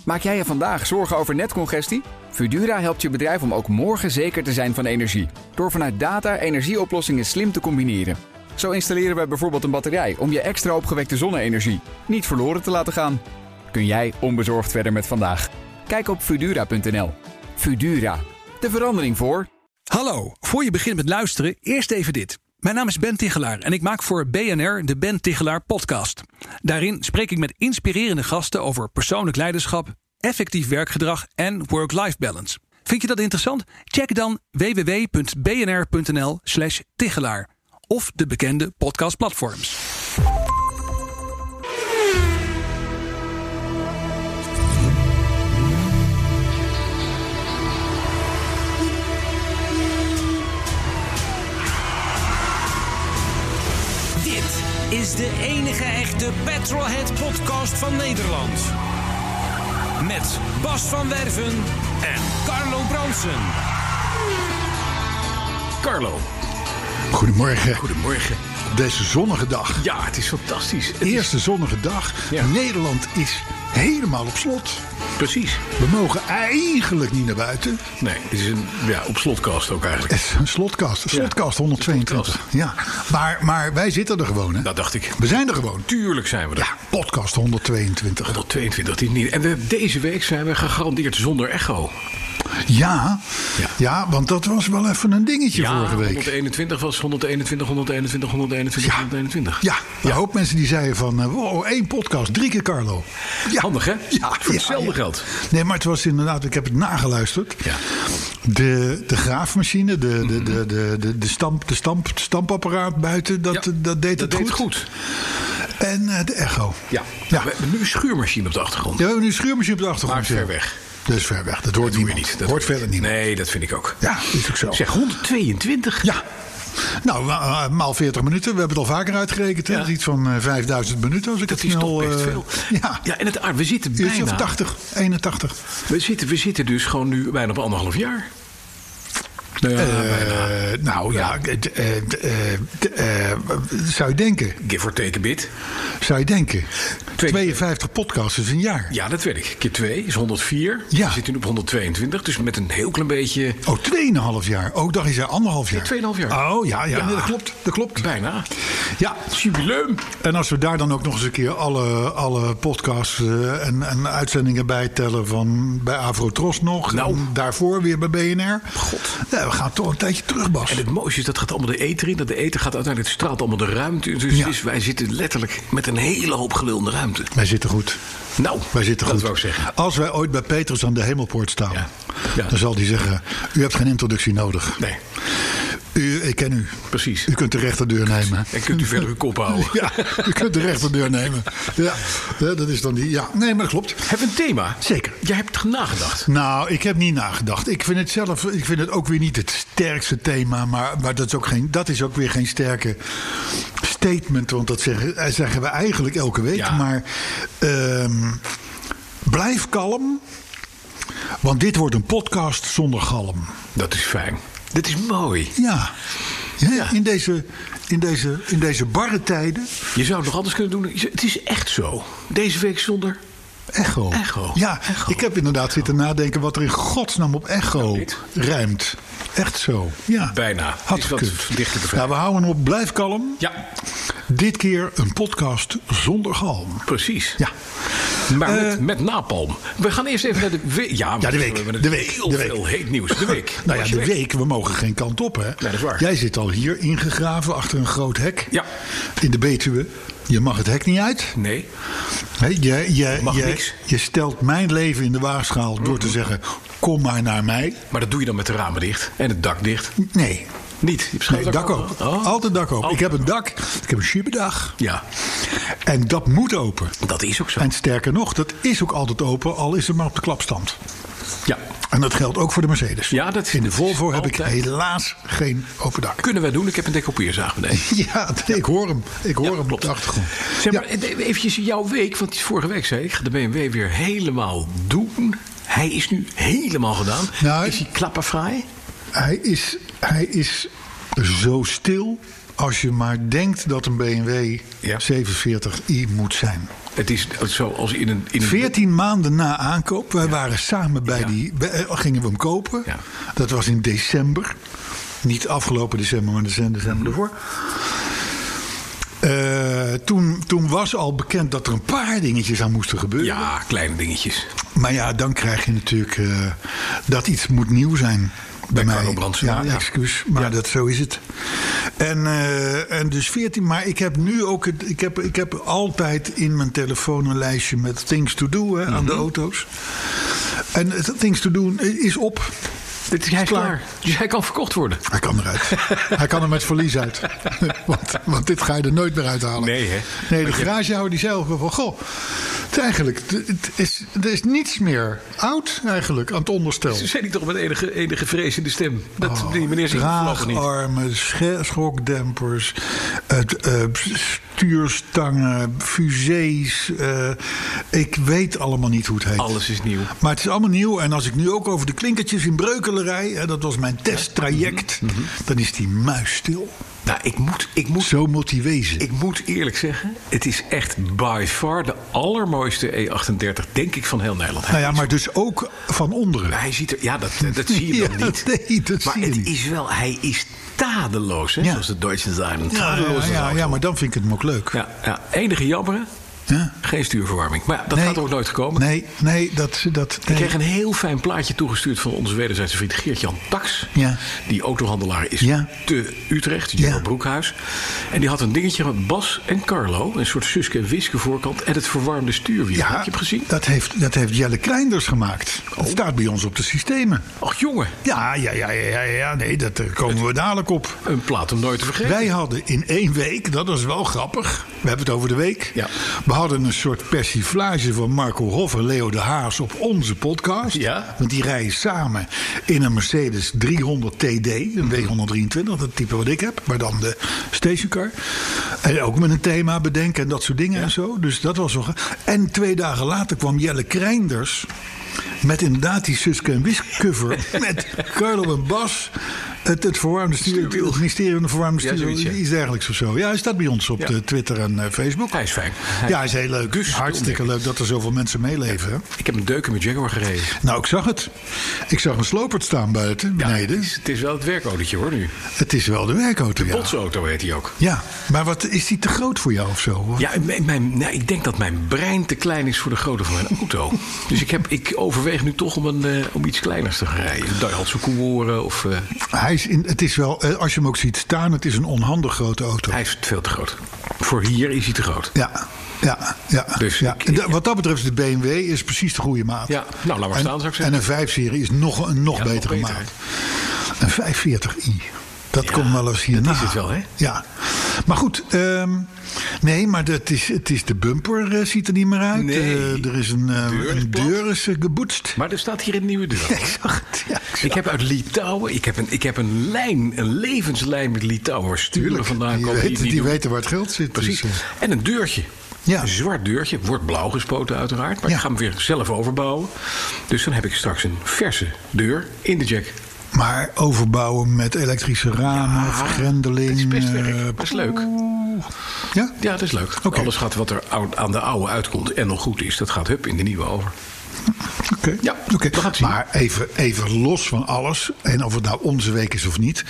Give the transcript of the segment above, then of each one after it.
Maak jij je vandaag zorgen over netcongestie? Fudura helpt je bedrijf om ook morgen zeker te zijn van energie. Door vanuit data energieoplossingen slim te combineren. Zo installeren wij bijvoorbeeld een batterij om je extra opgewekte zonne-energie niet verloren te laten gaan. Kun jij onbezorgd verder met vandaag? Kijk op Fudura.nl. Fudura, de verandering voor. Hallo, voor je begint met luisteren, eerst even dit. Mijn naam is Ben Tichelaar en ik maak voor BNR de Ben Tichelaar podcast. Daarin spreek ik met inspirerende gasten over persoonlijk leiderschap, effectief werkgedrag en work-life balance. Vind je dat interessant? Check dan www.bnr.nl/Tichelaar of de bekende podcastplatforms. Is de enige echte Petrolhead-podcast van Nederland. Met Bas van Werven en Carlo Bronsen. Carlo. Goedemorgen. Goedemorgen. Op deze zonnige dag. Ja, het is fantastisch. Eerste zonnige dag. Ja. Nederland is helemaal op slot. Precies. We mogen eigenlijk niet naar buiten. Nee, het is een op slotkast ook eigenlijk. Het is een slotkast. Een slotkast 122. Slotkast. Ja. Maar wij zitten er gewoon, hè? Dat dacht ik. We zijn er gewoon. Tuurlijk zijn we er. Ja, podcast 122. 122, die niet. En deze week zijn we gegarandeerd zonder echo. Ja, want dat was wel even een dingetje vorige week. 121 was 121. Ja, een hoop mensen die zeiden van, wow, 1 podcast, 3 keer Carlo. Ja. Handig, hè? Ja, voor hetzelfde geld. Nee, maar het was inderdaad, ik heb het nageluisterd. Ja. De graafmachine, de stampapparaat buiten, dat deed het goed. En de echo. Ja. We hebben nu een schuurmachine op de achtergrond. Ja, we hebben nu een schuurmachine op de achtergrond. Maar ver weg. Dat is ver weg. Dat hoort niemand. Niet. Dat hoort verder niemand. Nee, dat vind ik ook. Ja, is ook zo. Zeg, 122? Ja. Nou, maal 40 minuten. We hebben het al vaker uitgerekend. Ja. Iets van 5000 minuten. Als ik Dat het is snel, toch best veel. Ja, en we zitten bijna... Of 80, 81. We zitten dus gewoon nu bijna op 1,5 jaar. Zou je denken. Give or take a bit. Zou je denken. 52 podcasts is een jaar. Ja, dat weet ik. Keer 2 is 104. Ja. We zitten nu op 122. Dus met een heel klein beetje... Oh, 2,5 jaar. Oh, dacht je zei 1,5 jaar. 2,5 jaar. Oh, ja. Nee, dat klopt. Bijna. Ja. Jubileum. En als we daar dan ook nog eens een keer alle podcasts en uitzendingen bij tellen van bij Avrotros nog. Nou. En daarvoor weer bij BNR. God. Ja, we gaan toch een tijdje terug, Bas. En het mooiste is, dat gaat allemaal de ether in. Dat de ether gaat uiteindelijk, het straalt allemaal de ruimte in. Dus wij zitten letterlijk met een hele hoop gelul in de ruimte. Wij zitten goed. Nou, wij zitten dat goed. wou ik zeggen. Als wij ooit bij Petrus aan de Hemelpoort staan, Ja. dan zal hij zeggen, u hebt geen introductie nodig. Nee. Ik ken u. Precies. U kunt de rechterdeur nemen. En kunt u verder uw kop houden. Ja, u kunt de rechterdeur nemen. Ja, dat is dan die. Ja, nee, maar dat klopt. Heb je een thema? Zeker. Jij hebt nagedacht. Nou, ik heb niet nagedacht. Ik vind het ook weer niet het sterkste thema. Maar dat is ook weer geen sterke statement. Want dat zeggen we eigenlijk elke week. Ja. Maar blijf kalm. Want dit wordt een podcast zonder galm. Dat is fijn. Dit is mooi. Ja. In deze barre tijden. Je zou het nog anders kunnen doen. Het is echt zo. Deze week zonder... Echo. Ja, Echo. Ik heb inderdaad zitten nadenken wat er in godsnaam op echo niet. rijmt. Echt zo. Ja. Bijna. Had Het is wat gekund. dichter te Nou, we houden op. Blijf kalm. Ja. Dit keer een podcast zonder galm. Precies. Ja. Maar met napalm. We gaan eerst even naar de week. Ja, de week. We hebben De week. Heel De week. veel heet nieuws. De week. Nou ja, de week. We mogen geen kant op, hè? Nee, dat is waar. Jij zit al hier ingegraven achter een groot hek. Ja. In de Betuwe. Je mag het hek niet uit. Nee. Je stelt mijn leven in de waagschaal door te zeggen, kom maar naar mij. Maar dat doe je dan met de ramen dicht en het dak dicht? Nee. Niet? Nee, dak open. Oh. Altijd dak open. Ik heb een dak. Ik heb een schibbedag. Ja. En dat moet open. Dat is ook zo. En sterker nog, dat is ook altijd open, al is het maar op de klapstand. Ja. En dat geldt ook voor de Mercedes. Ja, in de Volvo heb ik altijd. helaas geen open dak. Kunnen wij doen? Ik heb een decoupeerzaag beneden. Ja, ik hoor hem. Ik hoor hem op de achtergrond. Zeg maar, eventjes jouw week. Want vorige week zei ik, ga de BMW weer helemaal doen. Hij is nu helemaal gedaan. Nou, is hij klapperfraai? Hij is zo stil als je maar denkt dat een BMW 740i moet zijn. Het is zo als in een 14 maanden na aankoop. Wij waren samen gingen we hem kopen. Ja. Dat was in december. Niet afgelopen december, maar december ervoor. Toen was al bekend dat er een paar dingetjes aan moesten gebeuren. Ja, kleine dingetjes. Maar ja, dan krijg je natuurlijk dat iets moet nieuw zijn. Bij mij. Excuus, maar zo is het. En dus 14, maar ik heb nu ook ik heb altijd in mijn telefoon een lijstje met things to do aan de auto's. En things to do is op. Hij is klaar. Dus hij kan verkocht worden. Hij kan eruit. Hij kan er met verlies uit. want dit ga je er nooit meer uithalen. Nee, hè? Nee, de garagehouder die zei ook wel van... Goh, er is niets meer oud eigenlijk aan het onderstel. Ze zei hij toch met enige vrees in de stem. Dat die meneer zich voorlopig niet. Draagarmen, schokdempers, stuurstangen, fusées. Ik weet allemaal niet hoe het heet. Alles is nieuw. Maar het is allemaal nieuw. En als ik nu ook over de klinkertjes in Breukelerij... dat was mijn testtraject... dan is die muis stil. Nou, ik moet zo moet die wezen. Ik moet eerlijk zeggen, het is echt by far de allermooiste E38, denk ik, van heel Nederland. Nou ja, maar dus ook van onderen. Hij ziet er, ja, dat zie je dan niet. Nee, dat maar zie je het niet. is wel, hij is tadeloos, hè, zoals de Duitsers zijn. Ja, maar dan vind ik het ook leuk. Ja. Enige jammeren. Ja? Geen stuurverwarming. Maar dat gaat er ook nooit gekomen. Nee. Ik kreeg een heel fijn plaatje toegestuurd van onze wederzijdse vriend Geert-Jan Tax. Ja. Die autohandelaar is te Utrecht, Jurgen Broekhuis. En die had een dingetje met Bas en Carlo. Een soort Suske en Wiske voorkant. En het verwarmde stuurwiel. Ja, heb je hem gezien? Dat heeft Jelle Kleinders gemaakt. Dat staat bij ons op de systemen. Och jongen. Ja. Nee, daar komen we dadelijk op. Een plaat om nooit te vergeten. Wij hadden in 1 week, dat is wel grappig. We hebben het over de week. Ja. We hadden een soort persiflage van Marco Hoff en Leo de Haas op onze podcast. Ja. Want die rijden samen in een Mercedes 300 TD, een W123, dat type wat ik heb, maar dan de stationcar. En ook met een thema bedenken en dat soort dingen en zo. Dus dat was wel. En 2 dagen later kwam Jelle Kleinders met inderdaad die Suske en Wisk cover met Carlo en Bas. Het verwarmde stuur, het ministerie van de verwarmde stuur, iets dergelijks of zo. Ja, hij staat bij ons op de Twitter en Facebook. Hij is fijn. Hij is heel leuk. Dus hartstikke leuk dat er zoveel mensen meeleven. Hè? Ik heb een deuken met Jaguar gereden. Nou, ik zag het. Ik zag een slopert staan buiten, beneden. Het is wel het werkautootje hoor nu. Het is wel de werkauto, de botsauto heet hij ook. Ja, maar wat is die te groot voor jou of zo? Of? Ja, ik denk dat mijn brein te klein is voor de grootte van mijn auto. Dus ik overweeg nu toch om iets kleiners te gaan rijden. Een Daihatsu Commodore of... Het is wel, als je hem ook ziet staan, het is een onhandig grote auto. Hij is veel te groot. Voor hier is hij te groot. Ja. Dus wat dat betreft, de BMW is precies de goede maat. Ja, nou, laat maar staan, zou ik zeggen. En een 5-serie is een nog betere maat. Een 540i. Dat komt wel eens hierna. Dat is het wel, hè? Ja. Maar goed, nee, maar het is de bumper ziet er niet meer uit. Nee. Er is een deur is geboetst. Maar er staat hier een nieuwe deur. Ja, ik zag het. Ja, ik heb uit Litouwen, ik heb een levenslijn met Litouwen sturen vandaan komen. Die weten waar het geld zit. Precies. Dus, en een deurtje. Ja. Een zwart deurtje, wordt blauw gespoten uiteraard. Maar ik ga hem weer zelf overbouwen. Dus dan heb ik straks een verse deur in de jack. Maar overbouwen met elektrische ramen, vergrendeling. Dat is best werk. Dat is leuk. Ja? Ja, dat is leuk. Okay. Alles gaat wat er aan de oude uitkomt en nog goed is, dat gaat in de nieuwe over. Oké. Ja, we gaan het zien. Maar even los van alles, en of het nou onze week is of niet.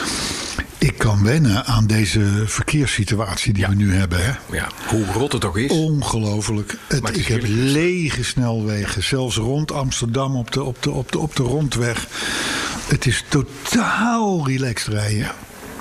Ik kan wennen aan deze verkeerssituatie die we nu hebben. Hè? Ja, hoe rot het ook is. Ongelooflijk. Ik heb lege snelwegen. Zelfs rond Amsterdam op de rondweg. Het is totaal relaxed rijden. Ja.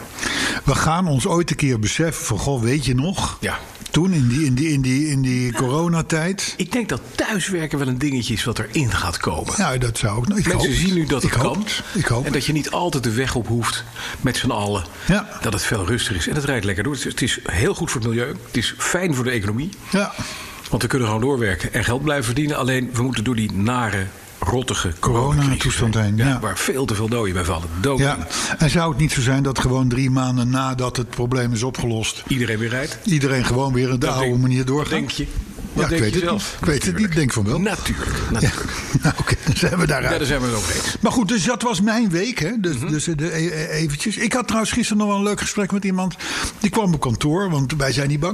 We gaan ons ooit een keer beseffen van, goh, weet je nog? Ja. Toen in die coronatijd. Ik denk dat thuiswerken wel een dingetje is wat erin gaat komen. Nou, dat zou ook. Mensen zien nu dat het kan. Ik hoop. En dat je niet altijd de weg op hoeft met z'n allen. Ja. Dat het veel rustiger is. En het rijdt lekker door. Het is heel goed voor het milieu. Het is fijn voor de economie. Ja. Want we kunnen gewoon doorwerken en geld blijven verdienen. Alleen we moeten door die nare, rottige corona-toestand heen. Ja. Waar veel te veel doden bij vallen. Ja. En zou het niet zo zijn dat gewoon 3 maanden nadat het probleem is opgelost, iedereen weer rijdt? Iedereen gewoon weer de oude manier doorgaat? Denk je? Wat denk je zelf? Ik weet het niet, denk van wel. Natuurlijk. Ja. Nou, oké, dan zijn we daaruit. Ja, daar zijn we het over eens. Maar goed, dus dat was mijn week. Hè? Dus eventjes. Ik had trouwens gisteren nog wel een leuk gesprek met iemand. Die kwam op kantoor, want wij zijn niet bang.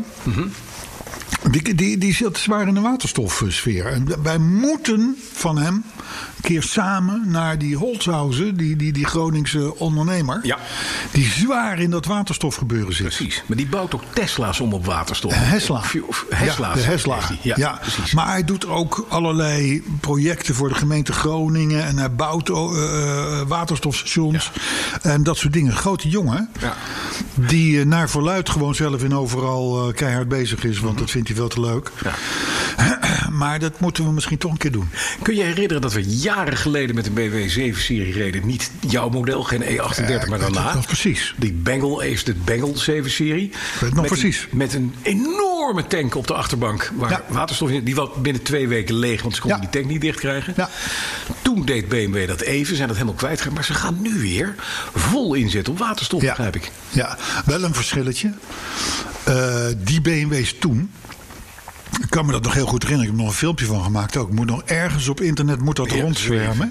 Die zit zwaar in de waterstofsfeer. En wij moeten van hem een keer samen naar die Holzhausen, die Groningse ondernemer. Ja. Die zwaar in dat waterstofgebeuren zit. Precies. Maar die bouwt ook Tesla's om op waterstof. Hesla's. Ja, de Hesla. Ja, precies. Maar hij doet ook allerlei projecten voor de gemeente Groningen. En hij bouwt waterstofstations. Ja. En dat soort dingen. Grote jongen. Ja. Die naar verluidt gewoon zelf in overal keihard bezig is. Want dat vindt hij veel te leuk. Ja. Maar dat moeten we misschien toch een keer doen. Kun je herinneren dat we jaren geleden met de BMW 7-serie reden? Niet jouw model, geen E38, maar daarna. Dat precies. Die Bengal 7-serie. Precies. Met een enorme tank op de achterbank. Waar waterstof in. Die was binnen 2 weken leeg, want ze konden die tank niet dicht krijgen. Ja. Toen deed BMW dat even, zijn dat helemaal kwijtgeraakt. Maar ze gaan nu weer vol inzetten op waterstof, begrijp ik. Ja, wel een verschilletje. Die BMW's toen. Ik kan me dat nog heel goed herinneren. Ik heb nog een filmpje van gemaakt ook. Moet nog ergens op internet rondzwermen.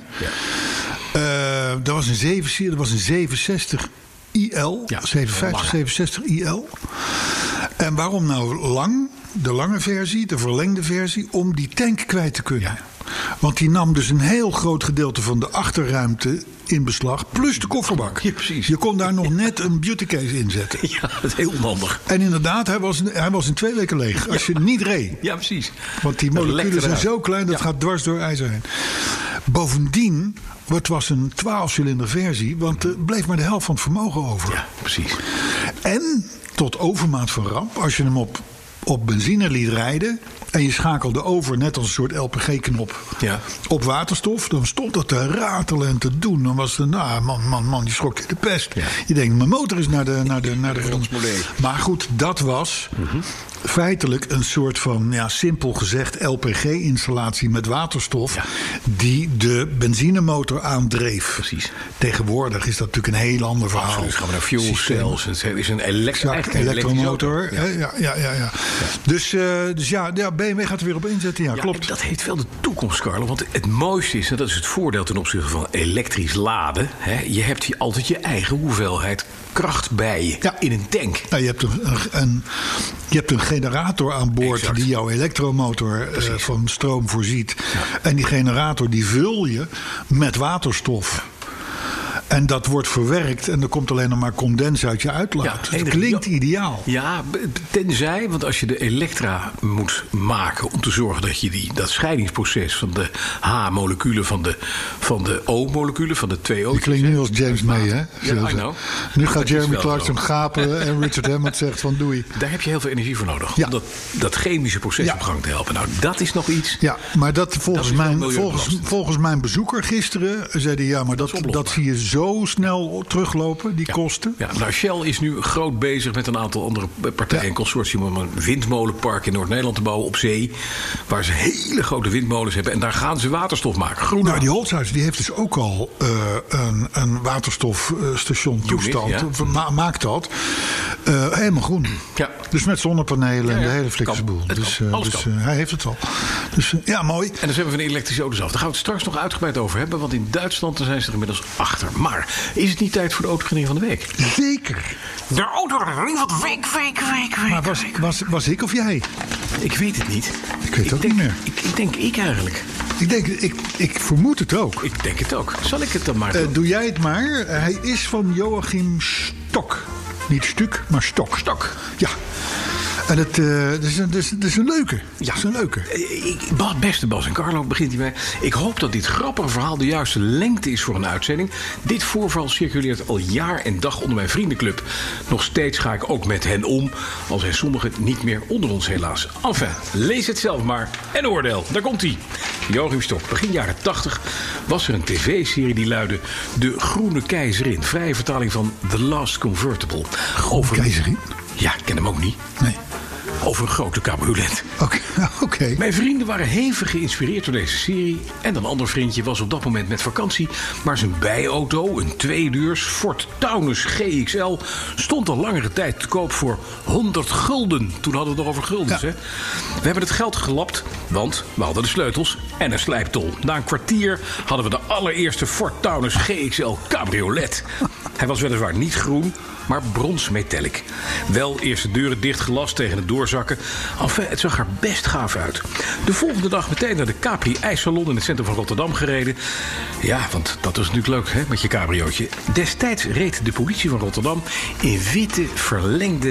Ja. Dat was een 7-serie. Dat was een 760 IL. Ja, 750, 760 IL. En waarom nou lang? De lange versie, de verlengde versie. Om die tank kwijt te kunnen. Ja. Want die nam dus een heel groot gedeelte van de achterruimte in beslag. Plus de kofferbak. Ja, precies. Je kon daar nog net een beautycase in zetten. Ja, dat is heel handig. En inderdaad, hij was in 2 weken leeg. Als je niet reed. Ja, precies. Want die moleculen zijn zo klein, dat gaat dwars door ijzer heen. Bovendien, het was een 12-cilinder versie. Want er bleef maar de helft van het vermogen over. Ja, precies. En tot overmaat van ramp, als je hem op benzine liet rijden en je schakelde over, net als een soort LPG-knop, op waterstof, dan stond dat te ratelen en te doen. Dan was het, man, die schrok je de pest. Ja. Je denkt, mijn motor is naar de grond. Maar goed, dat was feitelijk een soort van, simpel gezegd, LPG-installatie met waterstof die de benzinemotor aandreef. Precies. Tegenwoordig is dat natuurlijk een heel ander verhaal. Absoluut, gaan we naar fuel cells. Het is een elektromotor. Ja. Dus BMW gaat er weer op inzetten. Ja, klopt. En dat heeft wel de toekomst, Carlo. Want het mooiste is, en dat is het voordeel ten opzichte van elektrisch laden. Je hebt hier altijd je eigen hoeveelheid kracht bij je in een tank. Nou, je hebt een generator aan boord die jouw elektromotor van stroom voorziet. Ja. En die generator die vul je met waterstof. En dat wordt verwerkt en er komt alleen nog maar condens uit je uitlaat. Het klinkt ideaal. Ja, tenzij, want als je de elektra moet maken om te zorgen dat je dat scheidingsproces van de H-moleculen van de O-moleculen, van de 2 O. Die klinkt nu als James May, hè? Ja, I know. Nu gaat Jeremy Clarkson gapen en Richard Hammond zegt van doei. Daar heb je heel veel energie voor nodig om dat chemische proces op gang te helpen. Nou, dat is nog iets. Ja, maar dat volgens mijn bezoeker gisteren zei hij, maar dat zie je zo snel teruglopen, die kosten. Ja, nou, Shell is nu groot bezig met een aantal andere partijen en consortium om een windmolenpark in Noord-Nederland te bouwen op zee, waar ze hele grote windmolens hebben en daar gaan ze waterstof maken. Nou, die Holzhausen die heeft dus ook al een waterstofstation toestand. Maakt dat. Helemaal groen. Ja. Dus met zonnepanelen en de hele fliksersboel. Dus hij heeft het al. Dus mooi. En dan zijn we van de elektrische auto's af. Daar gaan we het straks nog uitgebreid over hebben, want in Duitsland zijn ze er inmiddels achter. Maar is het niet tijd voor de autoherinnering van de week? Zeker. De autoherinnering van de week. Maar was ik of jij? Ik weet het niet. Ik weet het ook niet meer. Ik denk ik eigenlijk. Ik vermoed het ook. Ik denk het ook. Zal ik het dan maar doen? Doe jij het maar. Hij is van Joachim Stok. Niet Stuk, maar Stok. Ja. En dat is een leuke. Ja. Dat is een leuke. Beste Bas en Carlo, begint hij mee. Ik hoop dat dit grappige verhaal de juiste lengte is voor een uitzending. Dit voorval circuleert al jaar en dag onder mijn vriendenclub. Nog steeds ga ik ook met hen om, al zijn sommigen niet meer onder ons helaas. Enfin, lees het zelf maar en oordeel. Daar komt hij. Joachim Stok. Begin jaren 80 was er een tv-serie die luidde De Groene Keizerin. Vrije vertaling van The Last Convertible. Groene Keizerin? Ja, ik ken hem ook niet. Nee. over een grote cabriolet. Oké. Mijn vrienden waren hevig geïnspireerd door deze serie. En een ander vriendje was op dat moment met vakantie. Maar zijn bijauto, een 2-deurs Ford Taunus GXL... stond al langere tijd te koop voor 100 gulden. Toen hadden we het nog over guldens, hè? We hebben het geld gelapt, want we hadden de sleutels en een slijptol. Na een kwartier hadden we de allereerste Ford Taunus GXL cabriolet. Hij was weliswaar niet groen, maar bronsmetallic. Wel eerst de deuren dichtgelast tegen het doorzakken. Enfin, het zag er best gaaf uit. De volgende dag meteen naar de Capri IJssalon in het centrum van Rotterdam gereden. Ja, want dat is natuurlijk leuk, hè, met je cabriootje. Destijds reed de politie van Rotterdam in witte, verlengde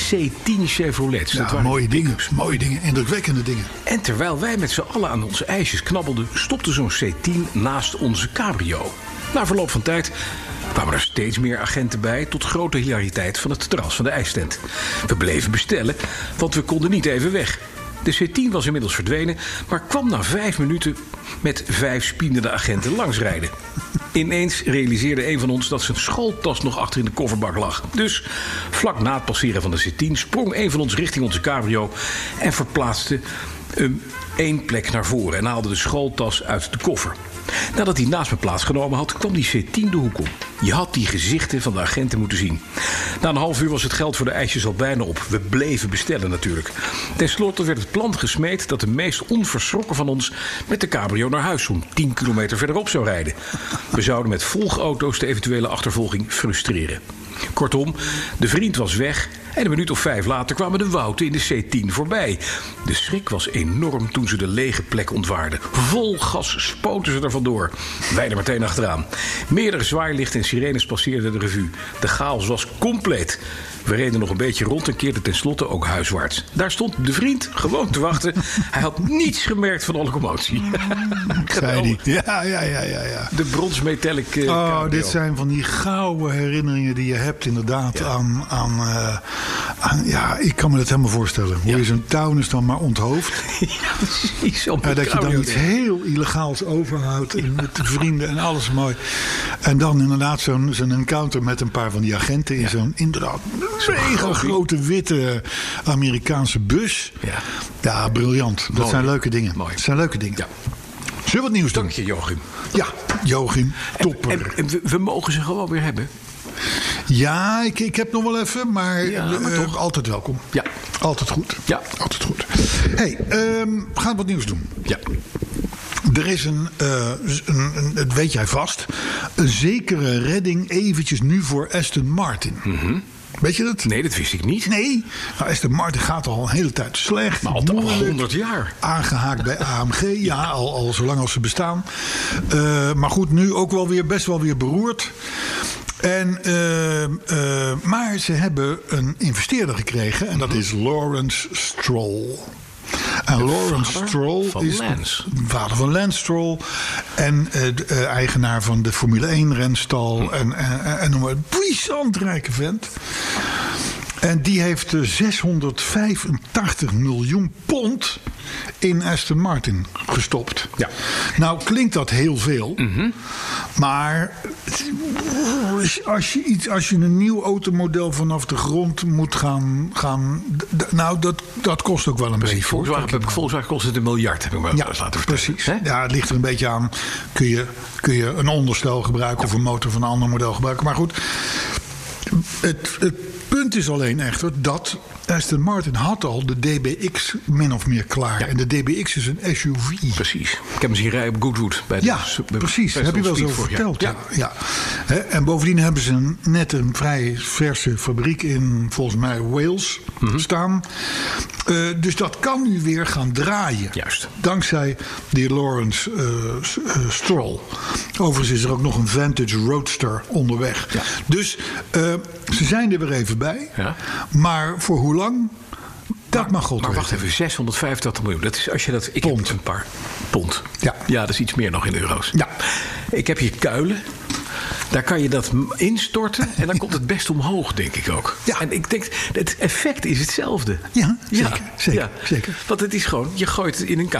C10 Chevrolets. Ja, dat waren mooie dingen, indrukwekkende dingen. En terwijl wij met z'n allen aan onze ijsjes knabbelden, stopte zo'n C10 naast onze cabrio. Na verloop van tijd kwamen er steeds meer agenten bij, tot grote hilariteit van het terras van de ijstent. We bleven bestellen, want we konden niet even weg. De C10 was inmiddels verdwenen, maar kwam na 5 minuten met 5 spiedende agenten langsrijden. Ineens realiseerde een van ons dat zijn schooltas nog achter in de kofferbak lag. Dus vlak na het passeren van de C10 sprong een van ons richting onze cabrio en verplaatste hem 1 plek naar voren en haalde de schooltas uit de koffer. Nadat hij naast me plaatsgenomen had, kwam die C10 de hoek om. Je had die gezichten van de agenten moeten zien. Na een half uur was het geld voor de ijsjes al bijna op. We bleven bestellen natuurlijk. Ten slotte werd het plan gesmeed dat de meest onverschrokken van ons met de cabrio naar huis zo'n 10 kilometer verderop zou rijden. We zouden met volgauto's de eventuele achtervolging frustreren. Kortom, de vriend was weg en een minuut of 5 later kwamen de Wouten in de C10 voorbij. De schrik was enorm toen ze de lege plek ontwaarden. Vol gas spoten ze er vandoor. Wij er meteen achteraan. Meerdere zwaailichten en sirenes passeerden de revue. De chaos was compleet. We reden nog een beetje rond en keerden tenslotte ook huiswaarts. Daar stond de vriend gewoon te wachten. Hij had niets gemerkt van alle commotie. Zei hij. Ja. De bronsmetallic. Dit zijn van die gouden herinneringen die je hebt inderdaad aan ik kan me dat helemaal voorstellen. Hoe je zo'n Taunus dan maar onthoofd. Ja, precies. Dat je dan iets heel illegaals overhoudt met de vrienden en alles mooi. En dan inderdaad zo'n encounter met een paar van die agenten in zo'n inderdaad mega grote witte Amerikaanse bus. Ja, briljant. Dat zijn leuke dingen. Mooi. Dat zijn leuke dingen. Ja. Zullen we wat nieuws doen? Dank je, Joachim. Ja, Joachim, topper. En we mogen ze gewoon weer hebben. Ja, ik heb nog wel even, maar toch altijd welkom. Ja. Altijd goed. Ja. Altijd goed. Hey, we gaan wat nieuws doen. Ja. Er is dat weet jij vast, een zekere redding eventjes nu voor Aston Martin. Mm-hmm. Weet je dat? Nee, dat wist ik niet. Nee. Nou, Aston Martin gaat al een hele tijd slecht. Maar al 100 jaar. Aangehaakt bij AMG. Ja, al zolang als ze bestaan. Maar goed, nu ook wel weer best wel weer beroerd. Maar ze hebben een investeerder gekregen. En dat is Lawrence Stroll. En Lawrence Stroll is vader van Lance Stroll. En eigenaar van de Formule 1 renstal. En noem maar, een puissant rijke vent. En die heeft 685 miljoen pond in Aston Martin gestopt. Ja. Nou klinkt dat heel veel. Mm-hmm. Maar als je een nieuw automodel vanaf de grond moet gaan nou, dat kost ook wel een beetje. Volkswagen kost het $1 miljard, heb ik maar laten vertellen. Precies. He? Ja, het ligt er een beetje aan. Kun je een onderstel gebruiken of een motor van een ander model gebruiken. Maar goed, het punt is alleen echter dat Aston Martin had al de DBX min of meer klaar. Ja. En de DBX is een SUV. Precies. Ik heb hem zien rijden op Goodwood. Precies. Heb je wel zo verteld. Ja. En bovendien hebben ze net een vrij verse fabriek in, volgens mij, Wales staan. Dus dat kan nu weer gaan draaien. Juist. Dankzij die Lawrence Stroll. Overigens is er ook nog een Vantage Roadster onderweg. Ja. Dus ze zijn er weer even bij. Ja. Maar voor hoe lang? Dat mag God. Maar wacht even, 685 miljoen. Dat is als je dat. Ik pond. Heb een paar pond. Ja, dat is iets meer nog in euro's. Ja. Ik heb hier Kuilen. Daar kan je dat instorten en dan komt het best omhoog, denk ik ook. Ja. En ik denk, het effect is hetzelfde. Ja, zeker. Want het is gewoon, je gooit het in een kuil.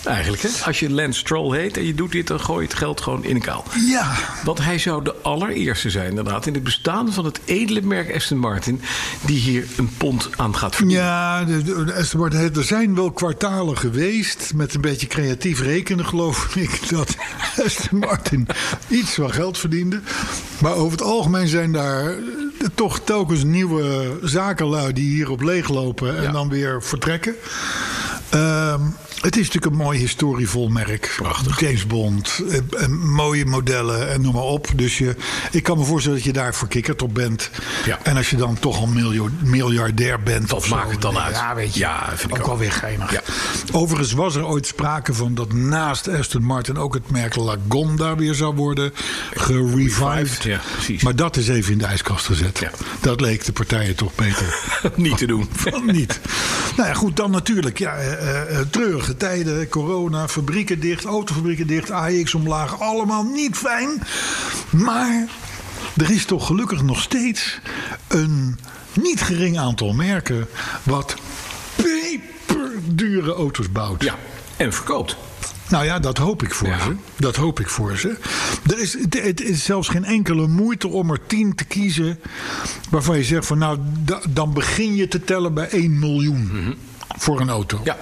Eigenlijk, hè? Als je Lance Stroll heet en je doet dit, dan gooi je het geld gewoon in een kuil. Ja. Want hij zou de allereerste zijn, inderdaad, in het bestaan van het edele merk Aston Martin, die hier een pond aan gaat verdienen. Ja, de Aston Martin, er zijn wel kwartalen geweest, met een beetje creatief rekenen, geloof ik, dat Aston Martin iets van geld verdiende. Maar over het algemeen zijn daar toch telkens nieuwe zakenlui die hierop leeglopen en dan weer vertrekken. Het is natuurlijk een mooi historievol merk. Prachtig. James Bond, mooie modellen en noem maar op. Dus ik kan me voorstellen dat je daar verkikkerd op bent. Ja. En als je dan toch al miljardair bent. Wat maakt het dan uit? Ja, weet je. Ja, vind ik ook wel weer geinig. Ja. Overigens was er ooit sprake van dat naast Aston Martin ook het merk Lagonda weer zou worden gerevived. Ja, precies. Maar dat is even in de ijskast gezet. Ja. Dat leek de partijen toch beter niet te doen. van niet. Nou ja, goed, dan natuurlijk. Ja, treurige tijden, corona, fabrieken dicht, autofabrieken dicht, AX omlaag, allemaal niet fijn. Maar er is toch gelukkig nog steeds een niet gering aantal merken wat peperdure auto's bouwt. Ja, en verkoopt. Nou ja, dat hoop ik voor ze. Dat hoop ik voor ze. Het is zelfs geen enkele moeite om er 10 te kiezen waarvan je zegt van nou, dan begin je te tellen bij 1 miljoen voor een auto. Ja.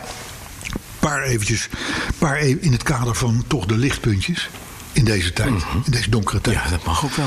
Paar in het kader van toch de lichtpuntjes in deze tijd, in deze donkere tijd. Ja, dat mag ook wel.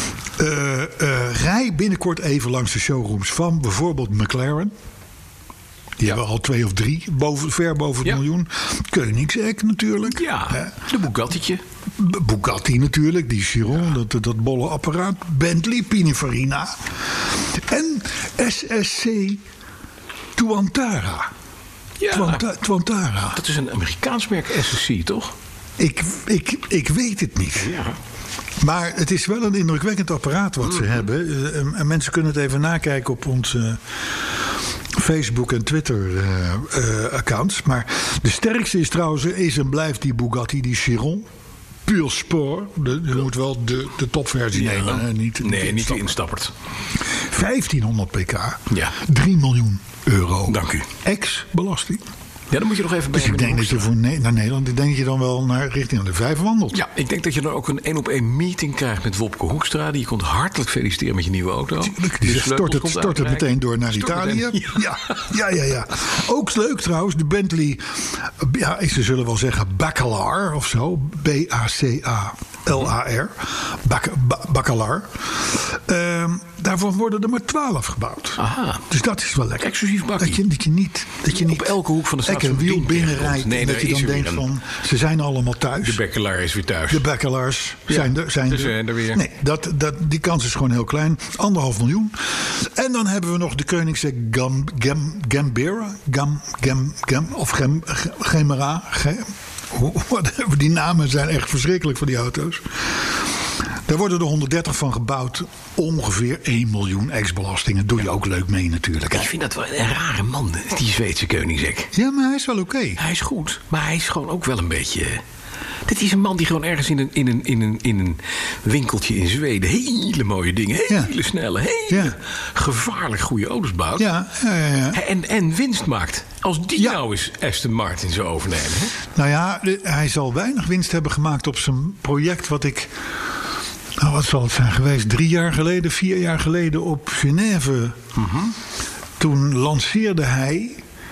Rij binnenkort even langs de showrooms van bijvoorbeeld McLaren. Die hebben al 2 of 3, ver boven het miljoen. Koenigsegg natuurlijk. Ja, de Bugatti'tje. Bugatti natuurlijk, die Chiron, dat bolle apparaat. Bentley, Pininfarina. En SSC Tuantara. Ja, Tuantara. dat is een Amerikaans merk, SSC, toch? Ik weet het niet. Ja. Maar het is wel een indrukwekkend apparaat wat ze hebben. En mensen kunnen het even nakijken op onze Facebook en Twitter accounts. Maar de sterkste is trouwens en blijft die Bugatti, die Chiron. Pure Sport. Je moet wel de topversie nemen. Hè? Niet die instappert. 1500 pk. Ja. 3 miljoen euro. Dank u. Ex-belasting. Ja, dan moet je nog even bij. Dus ik denk dat je naar Nederland, ik denk dat je dan wel richting de 5 wandelt. Ja, ik denk dat je dan ook een 1-op-1 meeting krijgt met Wopke Hoekstra. Die komt hartelijk feliciteren met je nieuwe auto. Tuurlijk, die stort het meteen door naar Italië. Ja. Ook leuk trouwens, de Bentley, ze zullen wel zeggen Bacalar of zo. B-A-C-A-L-A-R. Bacalar. Daarvan worden er maar 12 gebouwd. Aha. Dus dat is wel lekker. Exclusief bakkie. Dat je niet op elke hoek van de stad een wiel binnenrijdt. Nee, en dat je dan denkt van, ze zijn allemaal thuis. De Bacalar is weer thuis. De Bacalars zijn er weer. Nee, die kans is gewoon heel klein. 1,5 miljoen. En dan hebben we nog de Koenigsegg Gambera. Gemera. Die namen zijn echt verschrikkelijk voor die auto's. Daar worden er 130 van gebouwd. Ongeveer 1 miljoen ex-belastingen. Doe je ook leuk mee natuurlijk. Ik vind dat wel een rare man, die Zweedse Koenigsegg. Ja, maar hij is wel oké. Hij is goed, maar hij is gewoon ook wel een beetje. Dit is een man die gewoon ergens in een winkeltje in Zweden hele mooie dingen, hele snelle, gevaarlijk goede auto's bouwt. Ja. En winst maakt. Als die nou eens Aston Martin zou overnemen. Hè? Nou ja, hij zal weinig winst hebben gemaakt op zijn project wat ik. Nou, wat zal het zijn geweest? 3 jaar geleden, 4 jaar geleden op Genève. Toen lanceerde hij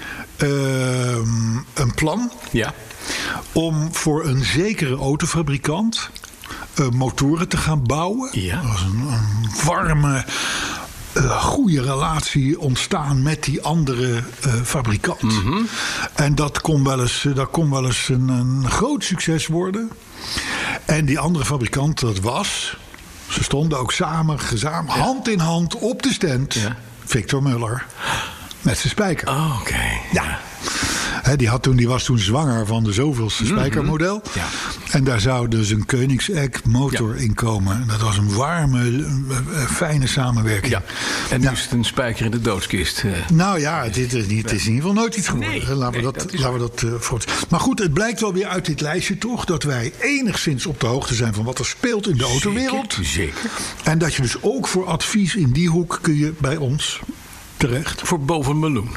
een plan. Ja. Om voor een zekere autofabrikant motoren te gaan bouwen. Ja. Dat was een warme, goede relatie ontstaan met die andere fabrikant. En dat kon wel eens een groot succes worden. En die andere fabrikant, ze stonden ook samen, hand in hand op de stand. Ja. Victor Muller. Met zijn spijker. Oh, oké. Ja. Die was toen zwanger van de zoveelste spijkermodel. Ja. En daar zou dus een Koenigsegg motor in komen. Dat was een warme, fijne samenwerking. Ja. En nu is het een spijker in de doodskist. Nou ja, het is in ieder geval nooit iets geworden. Nee, laten we dat voort. Maar goed, het blijkt wel weer uit dit lijstje toch dat wij enigszins op de hoogte zijn van wat er speelt in de autowereld. Zeker. En dat je dus ook voor advies in die hoek kun je bij ons terecht. Voor boven een miljoen.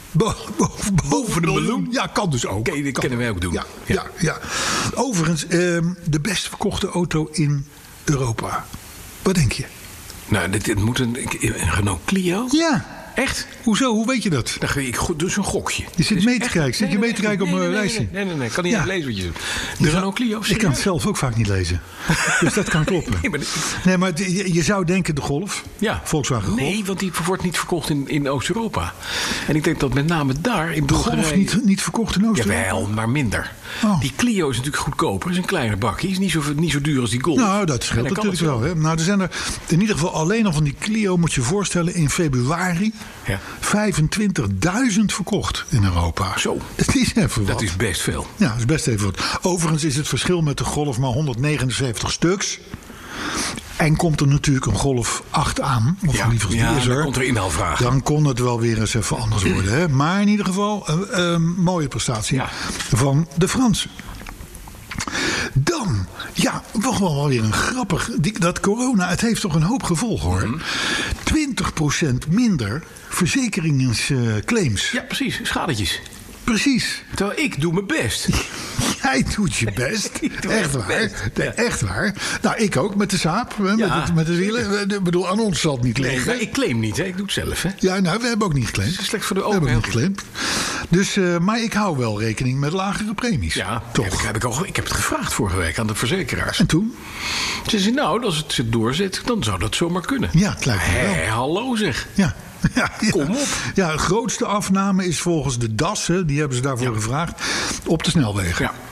Boven de miljoen. Ja, kan dus ook. Dat kunnen wij ook doen. Ja. Overigens, de best verkochte auto in Europa. Wat denk je? Nou, dit moet een Renault Clio? Ja. Echt? Hoezo? Hoe weet je dat? Ik doe zo'n gokje. Je zit mee te kijken. Zit je mee te kijken op mijn lijstje? Nee. Ik kan niet even lezen wat je doet. De Renault Clio? Ik kan het zelf ook vaak niet lezen. Dus dat kan kloppen. Nee, maar je zou denken de Golf. Ja. Volkswagen Golf. Nee, want die wordt niet verkocht in Oost-Europa. En ik denk dat met name daar in Bulgarije... Golf niet verkocht in Oost-Europa? Jawel, maar minder. Oh. Die Clio is natuurlijk goedkoper. Is een kleiner bakje. Is niet zo duur als die Golf. Nou, dat scheelt natuurlijk wel. Hè? Nou, er zijn er in ieder geval alleen al van die Clio, moet je je voorstellen, in februari 25.000 verkocht in Europa. Zo. Dat is even wat. Dat is best veel. Ja, dat is best even wat. Overigens is het verschil met de Golf maar 179 stuks. En komt er natuurlijk een Golf 8 aan. Of liever die is er. Dan komt er inhaalvraag. Dan kon het wel weer eens even anders worden. Hè? Maar in ieder geval een mooie prestatie van de Fransen. Dan, nog wel weer een grappig. Dat corona, het heeft toch een hoop gevolgen hoor. 20% minder verzekeringsclaims. Ja, precies. Schadetjes. Precies. Terwijl ik doe mijn best. Jij doet je best. Echt waar. Echt waar. Nou, ik ook met de Saab. Met de wielen. Ik bedoel, aan ons zal het niet liggen. Nee, ik claim niet. Hè. Ik doe het zelf. Hè. Ja, nou, we hebben ook niet geclaimd. Dat is slecht voor de overheid. overheid. We hebben niet geclaimd. Dus, maar ik hou wel rekening met lagere premies. Ja, toch. Ik heb het gevraagd vorige week aan de verzekeraars. En toen? Ze zeiden, nou, als het zich doorzet, dan zou dat zomaar kunnen. Ja, het lijkt me wel. Hallo zeg. Ja. Kom op. Ja, de grootste afname is volgens de DAS, die hebben ze daarvoor gevraagd, op de snelwegen. Ja.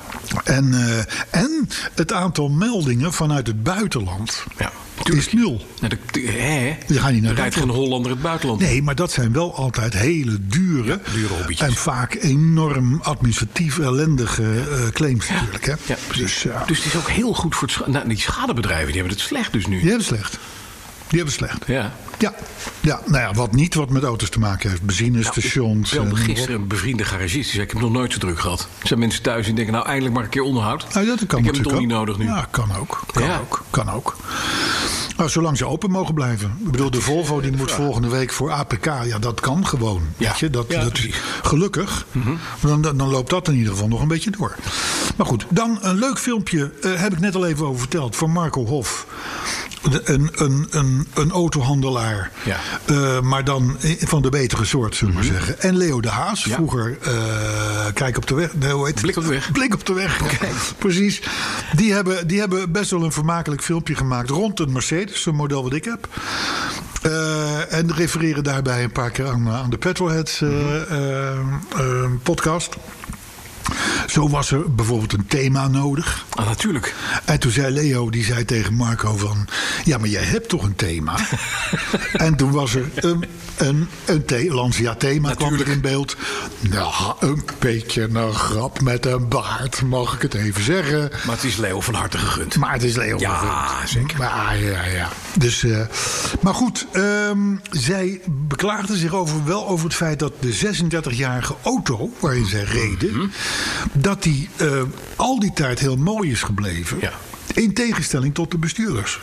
En het aantal meldingen vanuit het buitenland is 0. Je gaat niet naar rijdt geen Hollander het buitenland. Nee, maar dat zijn wel altijd hele dure hobbytjes. En vaak enorm administratief ellendige claims natuurlijk. Hè? Ja, precies. Dus het is ook heel goed voor die schadebedrijven, die hebben het slecht dus nu. Die hebben het slecht. Ja, wat met auto's te maken heeft. Benzinestations. Ik belde gisteren een bevriende garagist. Die zei, ik heb nog nooit zo druk gehad. Er zijn mensen thuis die denken, nou eindelijk maar een keer onderhoud. Nou, dat kan ik heb het toch niet nodig nu. Ja, kan ook. Nou, zolang ze open mogen blijven. Ik bedoel, de Volvo die moet volgende week voor APK. Ja, dat kan gewoon. Weet je? Dat gelukkig. Dan loopt dat in ieder geval nog een beetje door. Maar goed, dan een leuk filmpje. Heb ik net al even over verteld. Van Marco Hof. Een autohandelaar. Maar dan van de betere soort, zullen we maar zeggen. En Leo de Haas. Vroeger Kijk op de weg. Nee, hoe heet het? Blik op de weg. Blik op de weg. Ja, precies. Die hebben best wel een vermakelijk filmpje gemaakt rond een Mercedes. Zo'n model wat ik heb. En refereren daarbij een paar keer aan de Petrolheads podcast. Zo was er bijvoorbeeld een thema nodig. Ah, natuurlijk. En toen zei Leo, die zei tegen Marco van... ja, maar jij hebt toch een thema? En toen was er een Lancia thema kwam er in beeld. Nou, een beetje een grap met een baard, mag ik het even zeggen. Maar het is Leo van harte gegund. Maar het is Leo van gegund. Ja, zeker. Maar, ja. Dus, maar goed, zij beklaagden zich wel over het feit dat de 36-jarige auto waarin zij reden... dat die al die tijd heel mooi is gebleven. Ja. In tegenstelling tot de bestuurders.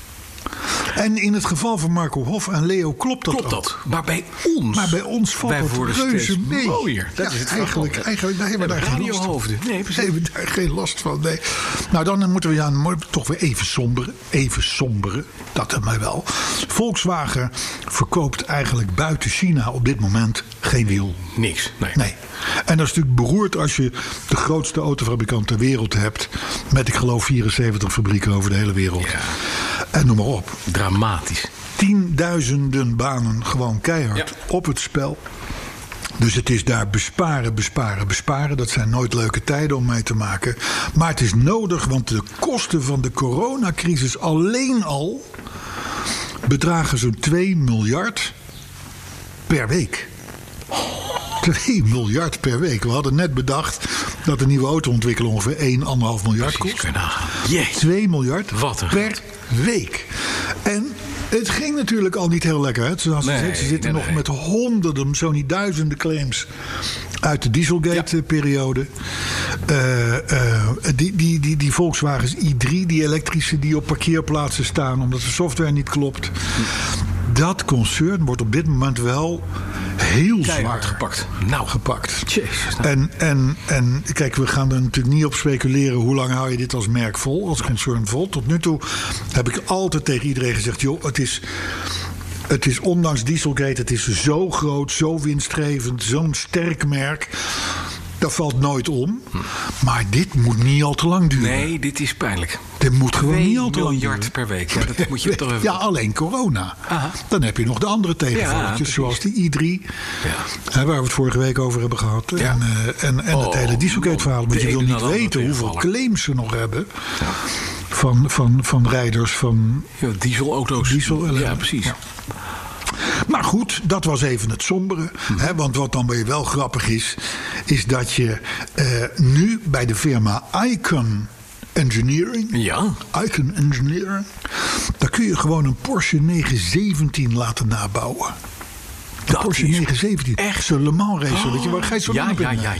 En in het geval van Marco Hof en Leo klopt dat. Maar bij ons valt het reuze mee. Mooier. Dat is het eigenlijk daar hebben we daar geen last van. Nee, precies. Hebben we daar geen last van. Nee. Nou, dan moeten we toch weer even somberen. Dat hebben wij wel. Volkswagen verkoopt eigenlijk buiten China op dit moment geen wiel. Niks. Nee. En dat is natuurlijk beroerd als je de grootste autofabrikant ter wereld hebt. Met, ik geloof, 74 fabrieken over de hele wereld. Ja. En noem maar op. Dramatisch. 10.000 banen gewoon keihard op het spel. Dus het is daar besparen. Dat zijn nooit leuke tijden om mee te maken. Maar het is nodig, want de kosten van de coronacrisis alleen al bedragen zo'n 2 miljard per week. 2 miljard per week. We hadden net bedacht dat een nieuwe auto ontwikkelen ongeveer 1,5 miljard kost. 2 miljard per week. En het ging natuurlijk al niet heel lekker. Hè? Zoals ze zitten nog met honderden, zo niet duizenden claims uit de Dieselgate-periode. Die Volkswagens i3, die elektrische, die op parkeerplaatsen staan omdat de software niet klopt. dat concern wordt op dit moment wel heel zwaar gepakt. Jezus, En kijk, we gaan er natuurlijk niet op speculeren hoe lang hou je dit als merk vol, als concern vol. Tot nu toe heb ik altijd tegen iedereen gezegd, joh, het is ondanks Dieselgate, het is zo groot, zo winstgevend, zo'n sterk merk. Dat valt nooit om. Maar dit moet niet al te lang duren. Nee, dit is pijnlijk. Dit moet gewoon niet al te lang duren. 2 miljard per week. Ja, dat moet je toch even... Ja, alleen corona. Aha. Dan heb je nog de andere tegenvalletjes, zoals die i3. Waar we het vorige week over hebben gehad. Ja. En het hele Dieselgate verhaal. Want je wil niet weten hoeveel claims ze nog hebben. Ja. Van rijders van... Ja, dieselauto's. Ja, precies. Ja. Maar goed, dat was even het sombere. Hè, want wat dan weer wel grappig is dat je nu bij de firma Icon Engineering. Ja. Icon Engineering. Daar kun je gewoon een Porsche 917 laten nabouwen. De Porsche 917. Echt? Zo'n Le Mans racer. Weet je, waar ga je zo ja.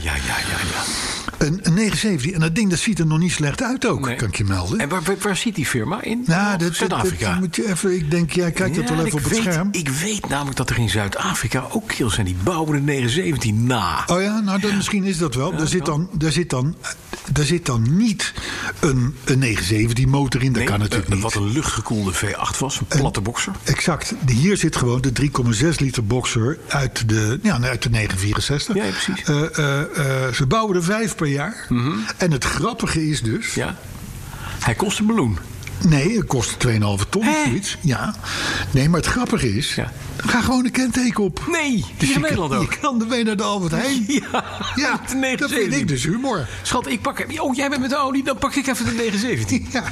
Een 917. En dat ding dat ziet er nog niet slecht uit ook, kan ik je melden. En waar zit die firma in? Zuid-Afrika. Moet je even, ik denk, jij kijkt dat wel even op het scherm. Ik weet namelijk dat er in Zuid-Afrika ook kills zijn. Die bouwen de 917 na. Oh ja, nou misschien is dat wel. Daar zit dan niet een 917 motor in. Dat kan natuurlijk niet. Wat een luchtgekoelde V8 was. Een platte boxer. Exact. Hier zit gewoon de 3,6 liter boxer uit de 964. Ja, precies. Ze bouwen er 5 per jaar. Mm-hmm. En het grappige is dus... Ja. Hij kost een miljoen. Nee, het kost 2,5 ton of zoiets. Ja. Nee, maar het grappige is... Ja. Ga gewoon een kenteken op. Nee, dus in Nederland ook. Je kan er mee naar de Albert Heijn. Ja, dat vind ik dus humor. Schat, ik pak... Oh, jij bent met de Audi, dan pak ik even de 917. Ja,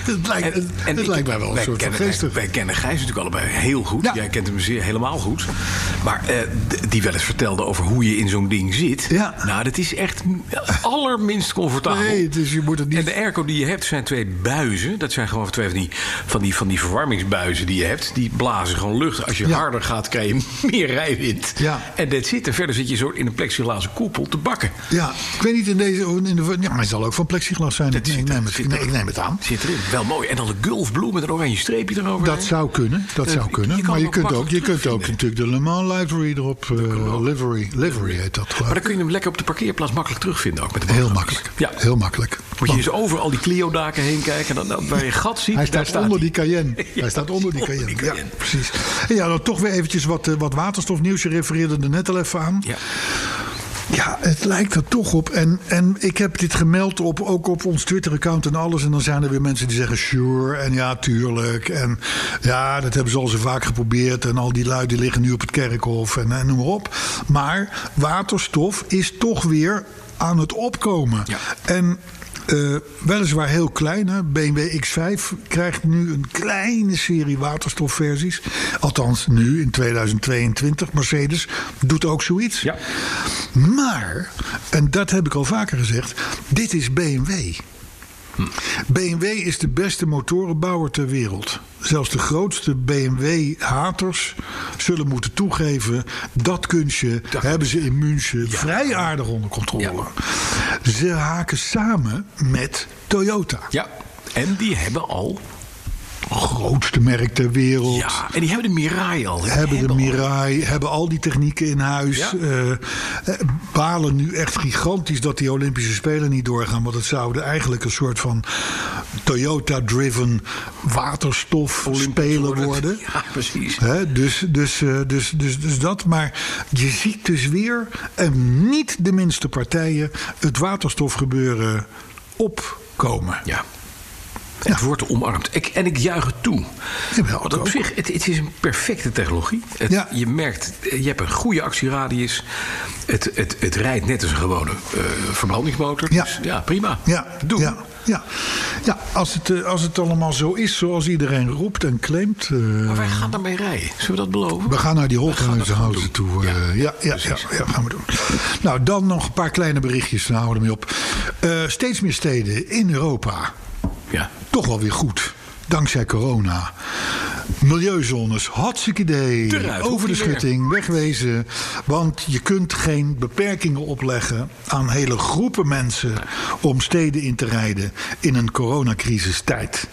het lijkt mij wel een soort van geestig. Wij kennen Gijs natuurlijk allebei heel goed. Ja. Jij kent hem helemaal goed. Maar die wel eens vertelde over hoe je in zo'n ding zit. Ja. Nou, dat is echt allerminst comfortabel. Nee, dus je moet het niet... En de airco die je hebt zijn 2 buizen. Dat zijn gewoon 2 van die verwarmingsbuizen die je hebt. Die blazen gewoon lucht. Als je harder gaat, krijg je meer rijwind. Ja. En dat zit. En verder zit je zo in een plexiglazen koepel te bakken. Ja, ik weet niet maar het zal ook van plexiglas zijn. Ik neem het aan. Zit erin. Wel mooi. En dan de Gulf Blue met een oranje streepje erover. Dat zou kunnen. Maar je kunt ook natuurlijk de Le Mans livery erop. Livery heet dat. Maar dan kun je hem lekker op de parkeerplaats makkelijk terugvinden. Ook met de heel makkelijk. Ja. Heel makkelijk. Moet je eens over al die Clio-daken heen kijken. En dan waar je gat ziet. Hij staat onder die Cayenne. Hij staat onder die Cayenne. Ja, precies. En ja, dan toch weer eventjes wat waterstofnieuws. Je refereerde er net al even aan. Ja. Ja, het lijkt er toch op. En ik heb dit gemeld ook op ons Twitter-account en alles. En dan zijn er weer mensen die zeggen sure. En ja, tuurlijk. En ja, dat hebben ze al zo vaak geprobeerd. En al die lui die liggen nu op het kerkhof. En noem maar op. Maar waterstof is toch weer aan het opkomen. Ja. En... weliswaar heel klein. Hè? BMW X5 krijgt nu een kleine serie waterstofversies. Althans nu in 2022. Mercedes doet ook zoiets. Ja. Maar, en dat heb ik al vaker gezegd, dit is BMW. BMW is de beste motorenbouwer ter wereld. Zelfs de grootste BMW-haters zullen moeten toegeven... dat kunstje hebben ze in München vrij aardig onder controle. Ja. Ze haken samen met Toyota. Ja, en die hebben al... grootste merk ter wereld. Ja, en die hebben de Mirai al. Hebben al die technieken in huis. Ja. Balen nu echt gigantisch dat die Olympische Spelen niet doorgaan. Want het zouden eigenlijk een soort van Toyota-driven waterstofspelen worden. Ja, precies. Dus dat. Maar je ziet dus weer, en niet de minste partijen, het waterstofgebeuren opkomen. Ja. Het wordt omarmd. En ik juich het toe. Want op zich, het is een perfecte technologie. Je merkt, je hebt een goede actieradius. Het rijdt net als een gewone verbrandingsmotor. Ja. Dus ja, prima. Ja. Doe. Ja, als het allemaal zo is zoals iedereen roept en claimt. Maar wij gaan daarmee rijden. Zullen we dat beloven? We gaan naar die Holthuizen toe. Ja, gaan we doen. Nou, dan nog een paar kleine berichtjes. Dan houden we ermee op. Steeds meer steden in Europa. Ja. Toch wel weer goed. Dankzij corona. Milieuzones, hartstikke idee. Eruit, over de schutting, wegwezen. Want je kunt geen beperkingen opleggen aan hele groepen mensen om steden in te rijden in een coronacrisistijd.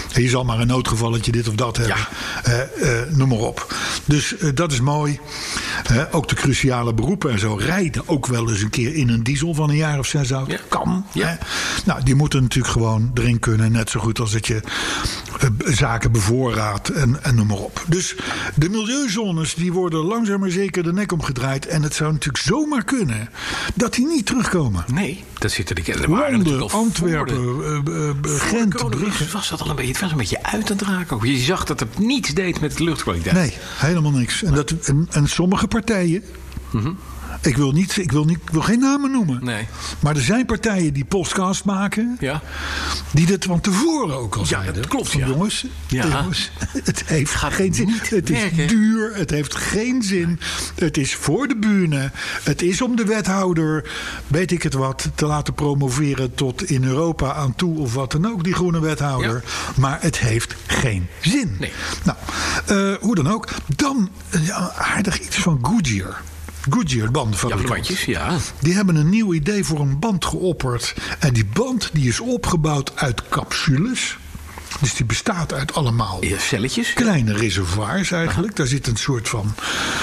Je zal maar een noodgevalletje dit of dat hebben. Noem maar op. Dus dat is mooi. Ook de cruciale beroepen en zo rijden ook wel eens een keer in een diesel van een jaar of 6 oud. Ja. Kan. Ja. Nou, die moeten natuurlijk gewoon erin kunnen. Net zo goed als dat je zaken bevoorraadt en noem maar op. Dus de milieuzones die worden langzaam maar zeker de nek omgedraaid. En het zou natuurlijk zomaar kunnen dat die niet terugkomen. Nee, dat zit er. Londen, Antwerpen, Gent, Brugge. Was dat al het was een beetje uit aan het raken. Ook. Je zag dat het niets deed met de luchtkwaliteit. Nee, helemaal niks. En sommige partijen. Mm-hmm. Ik wil geen namen noemen. Nee. Maar er zijn partijen die podcast maken. Ja. Die dit van tevoren ook al zeiden. Ja, dat klopt. Van, jongens, het heeft geen zin. Het is duur. Het heeft geen zin. Het is voor de bühne. Het is om de wethouder, weet ik het wat, te laten promoveren tot in Europa aan toe of wat dan ook, die groene wethouder. Ja. Maar het heeft geen zin. Nee. Nou, hoe dan ook. Dan aardig iets van Goodyear. Goodyear bandenfabrikant. Ja. Die hebben een nieuw idee voor een band geopperd. En die band die is opgebouwd uit capsules. Dus die bestaat uit allemaal celletjes. Kleine reservoirs eigenlijk. Daar zit een soort van